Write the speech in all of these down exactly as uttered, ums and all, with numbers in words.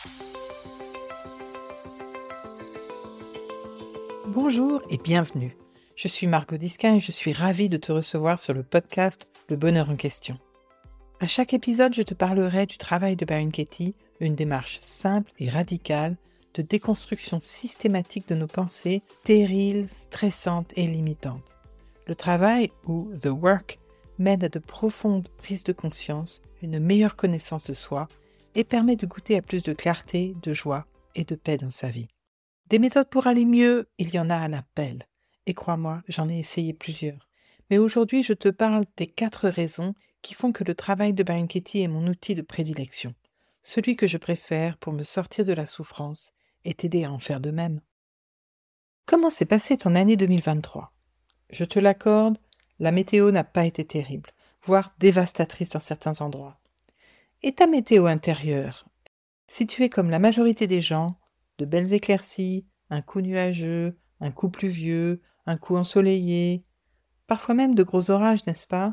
Bonjour et bienvenue. Je suis Margot Disquin et je suis ravie de te recevoir sur le podcast Le Bonheur en question. À chaque épisode, je te parlerai du travail de Byron Katie, une démarche simple et radicale de déconstruction systématique de nos pensées stériles, stressantes et limitantes. Le travail, ou The Work, mène à de profondes prises de conscience, une meilleure connaissance de soi et permet de goûter à plus de clarté, de joie et de paix dans sa vie. Des méthodes pour aller mieux, il y en a à l'appel. Et crois-moi, j'en ai essayé plusieurs. Mais aujourd'hui, je te parle des quatre raisons qui font que le travail de Byron Katie est mon outil de prédilection. Celui que je préfère pour me sortir de la souffrance et t'aider à en faire de même. Comment s'est passée ton année deux mille vingt-trois ? Je te l'accorde, la météo n'a pas été terrible, voire dévastatrice dans certains endroits. Et ta météo intérieure ? Si tu es comme la majorité des gens, de belles éclaircies, un coup nuageux, un coup pluvieux, un coup ensoleillé, parfois même de gros orages, n'est-ce pas ?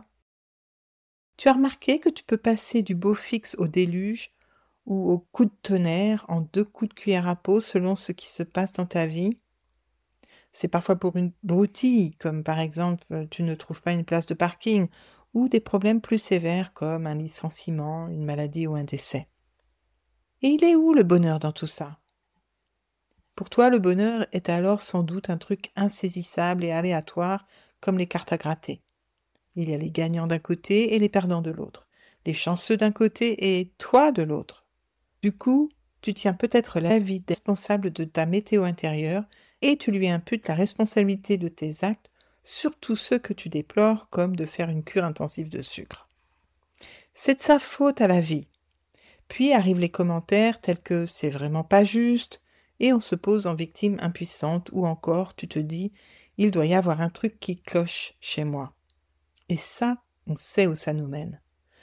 Tu as remarqué que tu peux passer du beau fixe au déluge ou au coup de tonnerre en deux coups de cuillère à peau selon ce qui se passe dans ta vie ? C'est parfois pour une broutille, comme par exemple tu ne trouves pas une place de parking, ou des problèmes plus sévères comme un licenciement, une maladie ou un décès. Et il est où le bonheur dans tout ça ? Pour toi, le bonheur est alors sans doute un truc insaisissable et aléatoire comme les cartes à gratter. Il y a les gagnants d'un côté et les perdants de l'autre, les chanceux d'un côté et toi de l'autre. Du coup, tu tiens peut-être la vie responsable de ta météo intérieure et tu lui imputes la responsabilité de tes actes, surtout ceux que tu déplores comme de faire une cure intensive de sucre. C'est de sa faute à la vie. Puis arrivent les commentaires tels que « c'est vraiment pas juste » et on se pose en victime impuissante ou encore tu te dis « il doit y avoir un truc qui cloche chez moi ». Et ça, on sait où ça nous mène.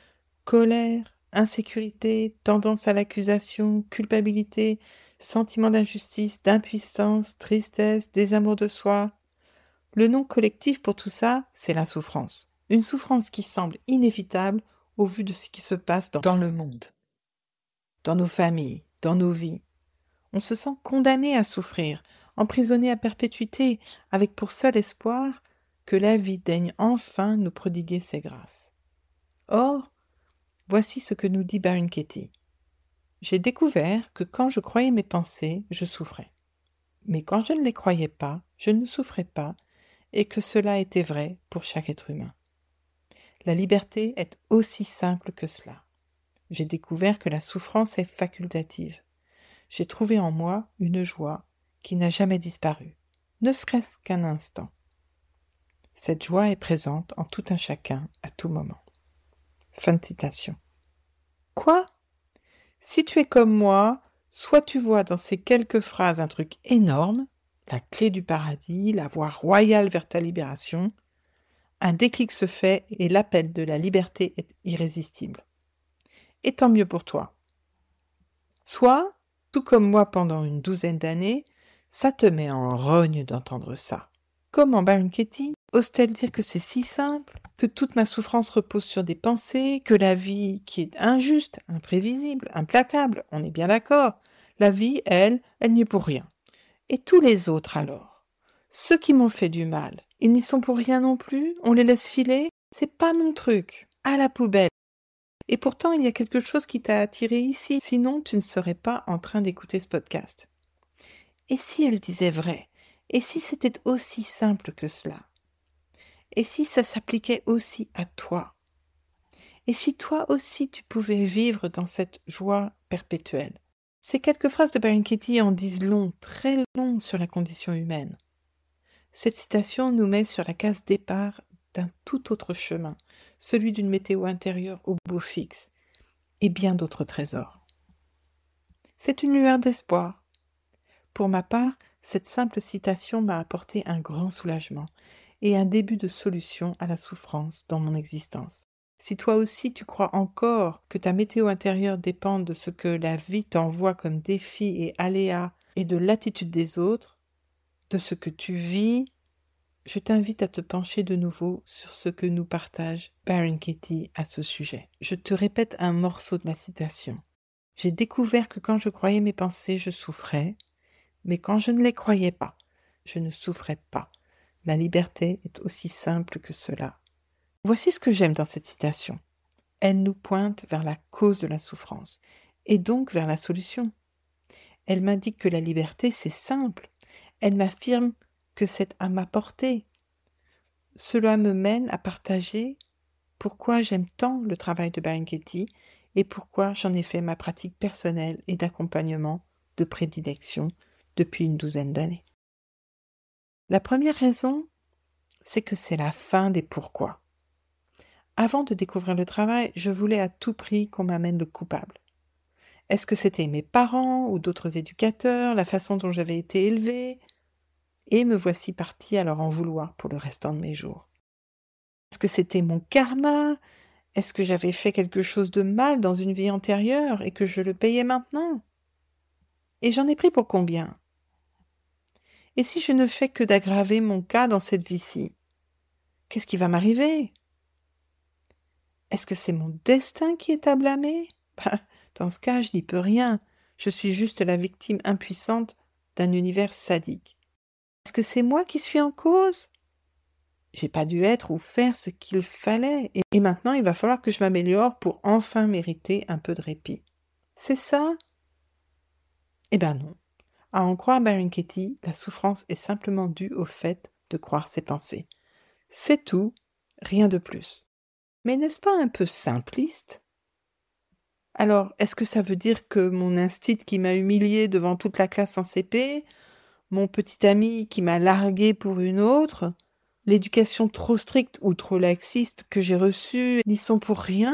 Colère, insécurité, tendance à l'accusation, culpabilité, sentiment d'injustice, d'impuissance, tristesse, désamour de soi. Le nom collectif pour tout ça, c'est la souffrance. Une souffrance qui semble inévitable au vu de ce qui se passe dans, dans le monde, dans nos familles, dans nos vies. On se sent condamné à souffrir, emprisonné à perpétuité, avec pour seul espoir que la vie daigne enfin nous prodiguer ses grâces. Or, voici ce que nous dit Byron Katie. J'ai découvert que quand je croyais mes pensées, je souffrais. Mais quand je ne les croyais pas, je ne souffrais pas, et que cela était vrai pour chaque être humain. La liberté est aussi simple que cela. J'ai découvert que la souffrance est facultative. J'ai trouvé en moi une joie qui n'a jamais disparu, ne serait-ce qu'un instant. Cette joie est présente en tout un chacun, à tout moment. Fin de citation. Quoi ? Si tu es comme moi, soit tu vois dans ces quelques phrases un truc énorme, la clé du paradis, la voie royale vers ta libération, un déclic se fait et l'appel de la liberté est irrésistible. Et tant mieux pour toi. Soit, tout comme moi pendant une douzaine d'années, ça te met en rogne d'entendre ça. Comment Byron Katie ose-t-elle dire que c'est si simple, que toute ma souffrance repose sur des pensées, que la vie qui est injuste, imprévisible, implacable, on est bien d'accord, la vie, elle, elle n'y est pour rien. Et tous les autres alors ? Ceux qui m'ont fait du mal, ils n'y sont pour rien non plus ? On les laisse filer ? C'est pas mon truc. À la poubelle. Et pourtant, il y a quelque chose qui t'a attiré ici, sinon tu ne serais pas en train d'écouter ce podcast. Et si elle disait vrai ? Et si c'était aussi simple que cela ? Et si ça s'appliquait aussi à toi ? Et si toi aussi tu pouvais vivre dans cette joie perpétuelle ? Ces quelques phrases de Byron Katie en disent long, très long sur la condition humaine. Cette citation nous met sur la case départ d'un tout autre chemin, celui d'une météo intérieure au beau fixe, et bien d'autres trésors. C'est une lueur d'espoir. Pour ma part, cette simple citation m'a apporté un grand soulagement et un début de solution à la souffrance dans mon existence. Si toi aussi tu crois encore que ta météo intérieure dépend de ce que la vie t'envoie comme défis et aléas et de l'attitude des autres, de ce que tu vis, je t'invite à te pencher de nouveau sur ce que nous partage Byron Katie à ce sujet. Je te répète un morceau de la citation. J'ai découvert que quand je croyais mes pensées, je souffrais, mais quand je ne les croyais pas, je ne souffrais pas. La liberté est aussi simple que cela. Voici ce que j'aime dans cette citation. Elle nous pointe vers la cause de la souffrance, et donc vers la solution. Elle m'indique que la liberté, c'est simple. Elle m'affirme que c'est à ma portée. Cela me mène à partager pourquoi j'aime tant le travail de Byron Katie et pourquoi j'en ai fait ma pratique personnelle et d'accompagnement de prédilection depuis une douzaine d'années. La première raison, c'est que c'est la fin des pourquoi. Avant de découvrir le travail, je voulais à tout prix qu'on m'amène le coupable. Est-ce que c'était mes parents ou d'autres éducateurs, la façon dont j'avais été élevée? Et me voici partie à leur en vouloir pour le restant de mes jours. Est-ce que c'était mon karma? Est-ce que j'avais fait quelque chose de mal dans une vie antérieure et que je le payais maintenant? Et j'en ai pris pour combien? Et si je ne fais que d'aggraver mon cas dans cette vie-ci, qu'est-ce qui va m'arriver? Est-ce que c'est mon destin qui est à blâmer? Bah, dans ce cas, je n'y peux rien. Je suis juste la victime impuissante d'un univers sadique. Est-ce que c'est moi qui suis en cause? J'ai pas dû être ou faire ce qu'il fallait, et, et maintenant il va falloir que je m'améliore pour enfin mériter un peu de répit. C'est ça? Eh ben non. À en croire Byron Katie, la souffrance est simplement due au fait de croire ses pensées. C'est tout, rien de plus. Mais n'est-ce pas un peu simpliste? Alors, est-ce que ça veut dire que mon instinct qui m'a humiliée devant toute la classe en C P, mon petit ami qui m'a larguée pour une autre, l'éducation trop stricte ou trop laxiste que j'ai reçue n'y sont pour rien?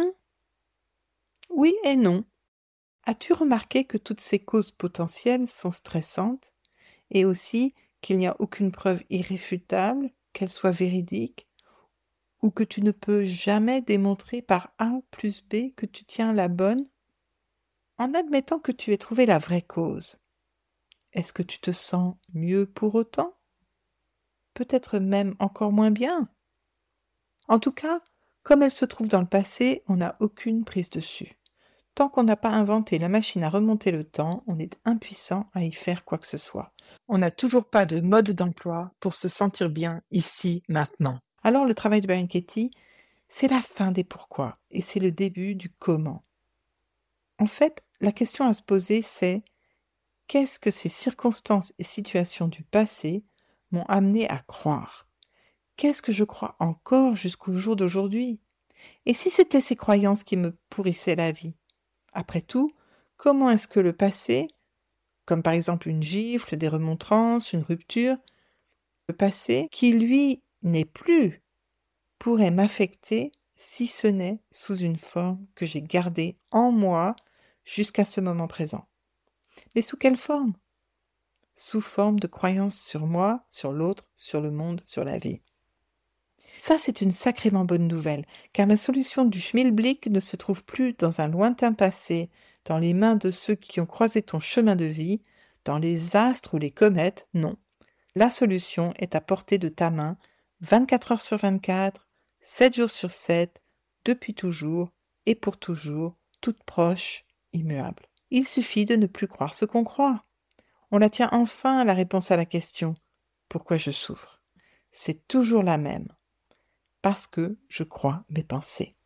Oui et non. As-tu remarqué que toutes ces causes potentielles sont stressantes et aussi qu'il n'y a aucune preuve irréfutable qu'elles soient véridiques ou que tu ne peux jamais démontrer par A plus B que tu tiens la bonne? En admettant que tu aies trouvé la vraie cause, est-ce que tu te sens mieux pour autant? Peut-être même encore moins bien. En tout cas, comme elle se trouve dans le passé, on n'a aucune prise dessus. Tant qu'on n'a pas inventé la machine à remonter le temps, on est impuissant à y faire quoi que ce soit. On n'a toujours pas de mode d'emploi pour se sentir bien ici, maintenant. Alors le travail de Byron Katie, c'est la fin des pourquoi et c'est le début du comment. En fait, la question à se poser, c'est qu'est-ce que ces circonstances et situations du passé m'ont amené à croire? Qu'est-ce que je crois encore jusqu'au jour d'aujourd'hui? Et si c'était ces croyances qui me pourrissaient la vie? Après tout, comment est-ce que le passé, comme par exemple une gifle, des remontrances, une rupture, le passé, qui lui n'est plus, pourrait m'affecter si ce n'est sous une forme que j'ai gardée en moi jusqu'à ce moment présent? Mais sous quelle forme? Sous forme de croyances sur moi, sur l'autre, sur le monde, sur la vie. Ça, c'est une sacrément bonne nouvelle, car la solution du schmilblick ne se trouve plus dans un lointain passé, dans les mains de ceux qui ont croisé ton chemin de vie, dans les astres ou les comètes, non. La solution est à portée de ta main, vingt-quatre heures sur vingt-quatre, sept jours sur sept, depuis toujours et pour toujours, toute proche, immuable. Il suffit de ne plus croire ce qu'on croit. On la tient enfin, la réponse à la question « Pourquoi je souffre ?» C'est toujours la même. Parce que je crois mes pensées.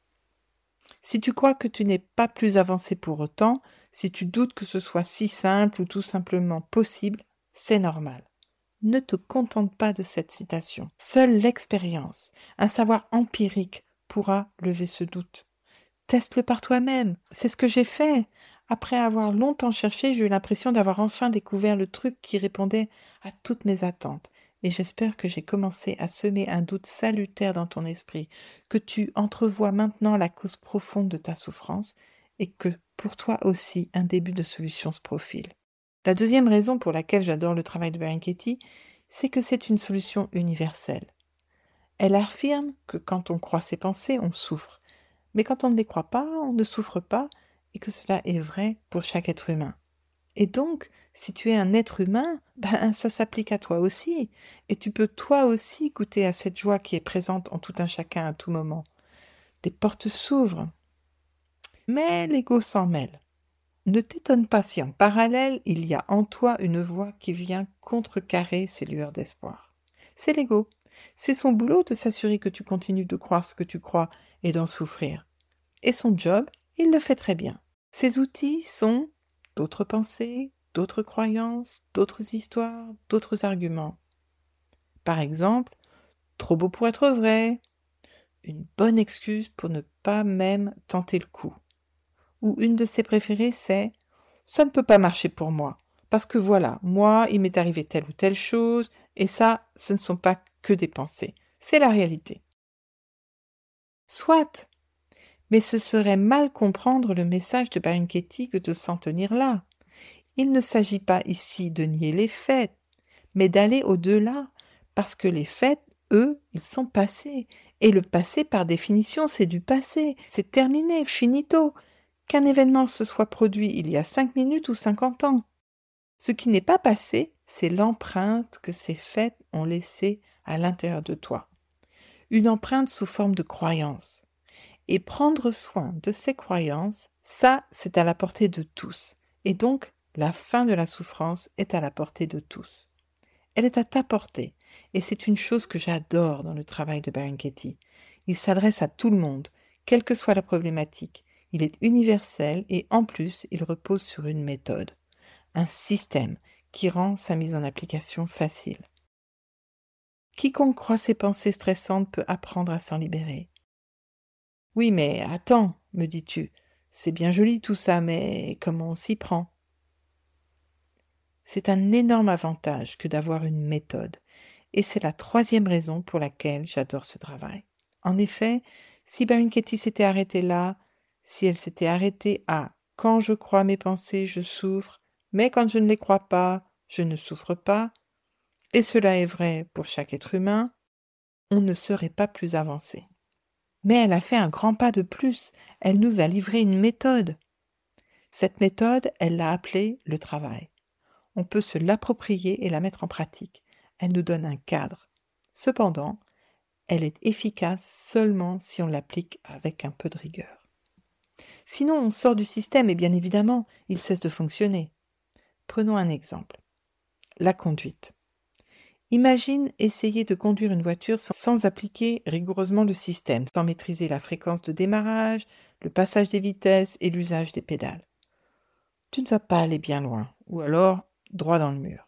Si tu crois que tu n'es pas plus avancé pour autant, si tu doutes que ce soit si simple ou tout simplement possible, c'est normal. Ne te contente pas de cette citation. Seule l'expérience, un savoir empirique pourra lever ce doute. Teste-le par toi-même. C'est ce que j'ai fait. Après avoir longtemps cherché, j'ai eu l'impression d'avoir enfin découvert le truc qui répondait à toutes mes attentes. Et j'espère que j'ai commencé à semer un doute salutaire dans ton esprit, que tu entrevois maintenant la cause profonde de ta souffrance et que pour toi aussi un début de solution se profile. La deuxième raison pour laquelle j'adore le travail de Byron Katie, c'est que c'est une solution universelle. Elle affirme que quand on croit ses pensées, on souffre. Mais quand on ne les croit pas, on ne souffre pas et que cela est vrai pour chaque être humain. Et donc, si tu es un être humain, ben, ça s'applique à toi aussi. Et tu peux toi aussi goûter à cette joie qui est présente en tout un chacun à tout moment. Des portes s'ouvrent. Mais l'ego s'en mêle. Ne t'étonne pas si en parallèle, il y a en toi une voix qui vient contrecarrer ces lueurs d'espoir. C'est l'ego. C'est son boulot de s'assurer que tu continues de croire ce que tu crois et d'en souffrir. Et son job, il le fait très bien. Ses outils sont d'autres pensées, d'autres croyances, d'autres histoires, d'autres arguments. Par exemple, trop beau pour être vrai, une bonne excuse pour ne pas même tenter le coup. Ou une de ses préférées, c'est « ça ne peut pas marcher pour moi, parce que voilà, moi, il m'est arrivé telle ou telle chose, et ça, ce ne sont pas que des pensées, c'est la réalité. » Soit, mais ce serait mal comprendre le message de Byron Katie que de s'en tenir là. Il ne s'agit pas ici de nier les faits, mais d'aller au-delà, parce que les faits, eux, ils sont passés. Et le passé, par définition, c'est du passé. C'est terminé, finito. Qu'un événement se soit produit il y a cinq minutes ou cinquante ans. Ce qui n'est pas passé, c'est l'empreinte que ces faits ont laissée à l'intérieur de toi. Une empreinte sous forme de croyance. Et prendre soin de ces croyances, ça, c'est à la portée de tous. Et donc, la fin de la souffrance est à la portée de tous. Elle est à ta portée, et c'est une chose que j'adore dans le travail de Byron Katie. Il s'adresse à tout le monde, quelle que soit la problématique. Il est universel et en plus, il repose sur une méthode, un système qui rend sa mise en application facile. Quiconque croit ses pensées stressantes peut apprendre à s'en libérer. Oui, mais attends, me dis-tu, c'est bien joli tout ça, mais comment on s'y prend ? C'est un énorme avantage que d'avoir une méthode, et c'est la troisième raison pour laquelle j'adore ce travail. En effet, si Byron Katie s'était arrêtée là, si elle s'était arrêtée à « quand je crois mes pensées, je souffre, mais quand je ne les crois pas, je ne souffre pas », et cela est vrai pour chaque être humain, on ne serait pas plus avancé. Mais elle a fait un grand pas de plus, elle nous a livré une méthode. Cette méthode, elle l'a appelée le travail. On peut se l'approprier et la mettre en pratique. Elle nous donne un cadre. Cependant, elle est efficace seulement si on l'applique avec un peu de rigueur. Sinon, on sort du système et bien évidemment, il cesse de fonctionner. Prenons un exemple. La conduite. Imagine essayer de conduire une voiture sans appliquer rigoureusement le système, sans maîtriser la fréquence de démarrage, le passage des vitesses et l'usage des pédales. Tu ne vas pas aller bien loin, ou alors droit dans le mur.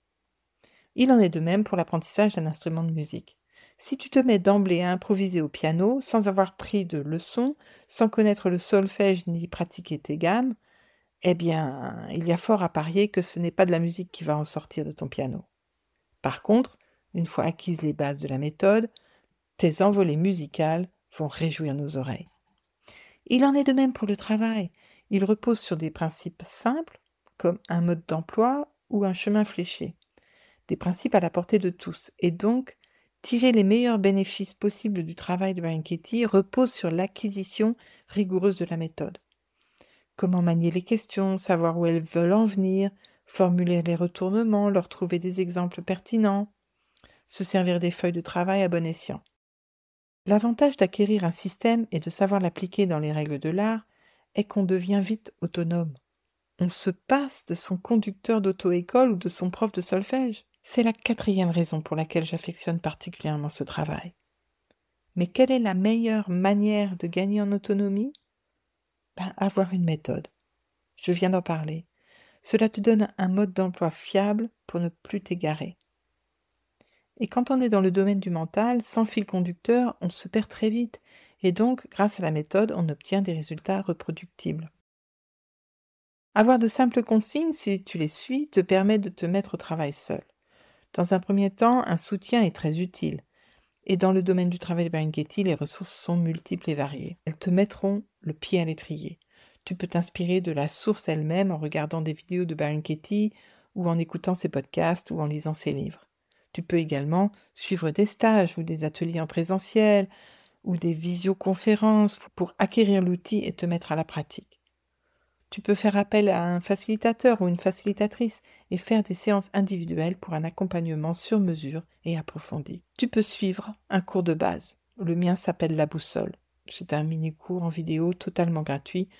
Il en est de même pour l'apprentissage d'un instrument de musique. Si tu te mets d'emblée à improviser au piano, sans avoir pris de leçons, sans connaître le solfège ni pratiquer tes gammes, eh bien, il y a fort à parier que ce n'est pas de la musique qui va en sortir de ton piano. Par contre, une fois acquises les bases de la méthode, tes envolées musicales vont réjouir nos oreilles. Il en est de même pour le travail. Il repose sur des principes simples, comme un mode d'emploi ou un chemin fléché. Des principes à la portée de tous. Et donc, tirer les meilleurs bénéfices possibles du travail de Byron Katie repose sur l'acquisition rigoureuse de la méthode. Comment manier les questions, savoir où elles veulent en venir, formuler les retournements, leur trouver des exemples pertinents, se servir des feuilles de travail à bon escient. L'avantage d'acquérir un système et de savoir l'appliquer dans les règles de l'art est qu'on devient vite autonome. On se passe de son conducteur d'auto-école ou de son prof de solfège. C'est la quatrième raison pour laquelle j'affectionne particulièrement ce travail. Mais quelle est la meilleure manière de gagner en autonomie ? Ben, avoir une méthode. Je viens d'en parler. Cela te donne un mode d'emploi fiable pour ne plus t'égarer. Et quand on est dans le domaine du mental, sans fil conducteur, on se perd très vite. Et donc, grâce à la méthode, on obtient des résultats reproductibles. Avoir de simples consignes, si tu les suis, te permet de te mettre au travail seul. Dans un premier temps, un soutien est très utile. Et dans le domaine du travail de Byron Katie, les ressources sont multiples et variées. Elles te mettront le pied à l'étrier. Tu peux t'inspirer de la source elle-même en regardant des vidéos de Byron Katie ou en écoutant ses podcasts ou en lisant ses livres. Tu peux également suivre des stages ou des ateliers en présentiel ou des visioconférences pour acquérir l'outil et te mettre à la pratique. Tu peux faire appel à un facilitateur ou une facilitatrice et faire des séances individuelles pour un accompagnement sur mesure et approfondi. Tu peux suivre un cours de base. Le mien s'appelle La Boussole. C'est un mini-cours en vidéo totalement gratuit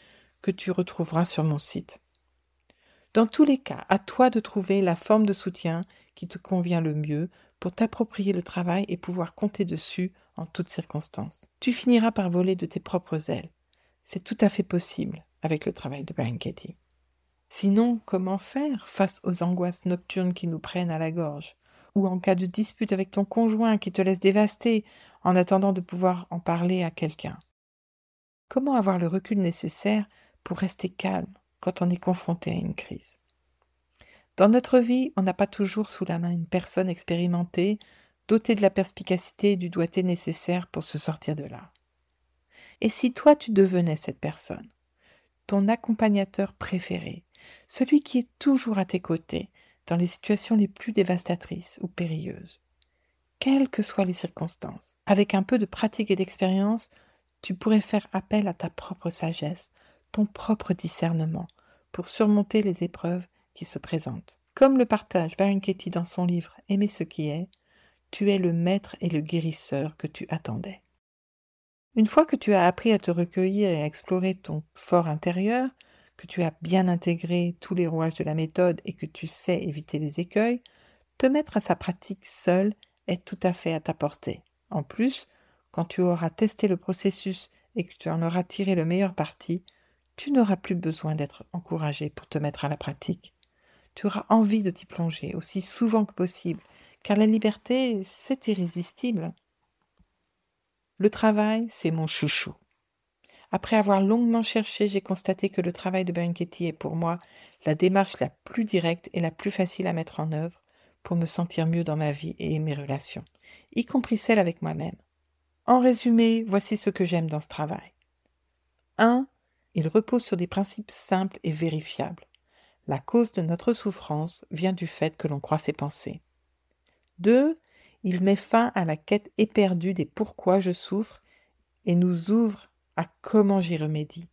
que tu retrouveras sur mon site. Dans tous les cas, à toi de trouver la forme de soutien qui te convient le mieux pour t'approprier le travail et pouvoir compter dessus en toutes circonstances. Tu finiras par voler de tes propres ailes. C'est tout à fait possible avec le travail de Byron Katie. Sinon, comment faire face aux angoisses nocturnes qui nous prennent à la gorge, ou en cas de dispute avec ton conjoint qui te laisse dévasté en attendant de pouvoir en parler à quelqu'un? Comment avoir le recul nécessaire pour rester calme quand on est confronté à une crise? Dans notre vie, on n'a pas toujours sous la main une personne expérimentée, dotée de la perspicacité et du doigté nécessaire pour se sortir de là. Et si toi tu devenais cette personne, ton accompagnateur préféré, celui qui est toujours à tes côtés dans les situations les plus dévastatrices ou périlleuses, quelles que soient les circonstances, avec un peu de pratique et d'expérience, tu pourrais faire appel à ta propre sagesse, ton propre discernement, pour surmonter les épreuves qui se présentent. Comme le partage Byron Katie dans son livre « Aimer ce qui est », tu es le maître et le guérisseur que tu attendais. Une fois que tu as appris à te recueillir et à explorer ton fort intérieur, que tu as bien intégré tous les rouages de la méthode et que tu sais éviter les écueils, te mettre à sa pratique seul est tout à fait à ta portée. En plus, quand tu auras testé le processus et que tu en auras tiré le meilleur parti, tu n'auras plus besoin d'être encouragé pour te mettre à la pratique. Tu auras envie de t'y plonger aussi souvent que possible, car la liberté, c'est irrésistible. Le travail, c'est mon chouchou. Après avoir longuement cherché, j'ai constaté que le travail de Byron Katie est pour moi la démarche la plus directe et la plus facile à mettre en œuvre pour me sentir mieux dans ma vie et mes relations, y compris celles avec moi-même. En résumé, voici ce que j'aime dans ce travail. un. Il repose sur des principes simples et vérifiables. La cause de notre souffrance vient du fait que l'on croit ses pensées. deux. Il met fin à la quête éperdue des pourquoi je souffre et nous ouvre à comment j'y remédie.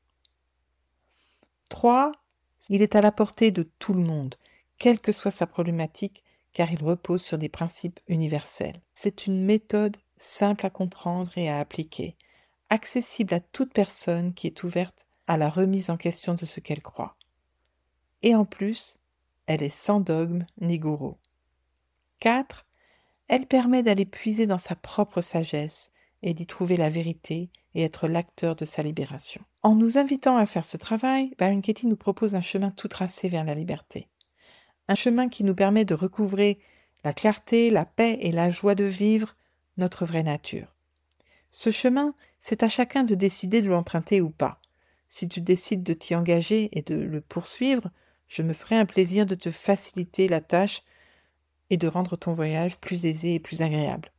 trois. Il est à la portée de tout le monde, quelle que soit sa problématique, car il repose sur des principes universels. C'est une méthode simple à comprendre et à appliquer, accessible à toute personne qui est ouverte à la remise en question de ce qu'elle croit. Et en plus, elle est sans dogme ni gourou. quatre. Elle permet d'aller puiser dans sa propre sagesse et d'y trouver la vérité et être l'acteur de sa libération. En nous invitant à faire ce travail, Byron Katie nous propose un chemin tout tracé vers la liberté. Un chemin qui nous permet de recouvrer la clarté, la paix et la joie de vivre notre vraie nature. Ce chemin, c'est à chacun de décider de l'emprunter ou pas. Si tu décides de t'y engager et de le poursuivre, je me ferai un plaisir de te faciliter la tâche et de rendre ton voyage plus aisé et plus agréable.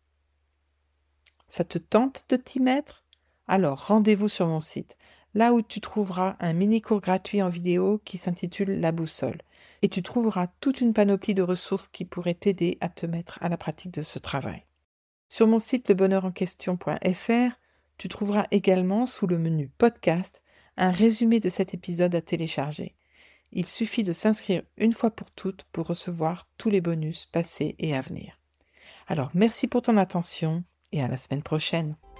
Ça te tente de t'y mettre? Alors rendez-vous sur mon site, là où tu trouveras un mini-cours gratuit en vidéo qui s'intitule La Boussole, et tu trouveras toute une panoplie de ressources qui pourraient t'aider à te mettre à la pratique de ce travail. Sur mon site le bonheur en question point f r, tu trouveras également sous le menu Podcast un résumé de cet épisode à télécharger. Il suffit de s'inscrire une fois pour toutes pour recevoir tous les bonus passés et à venir. Alors merci pour ton attention et à la semaine prochaine.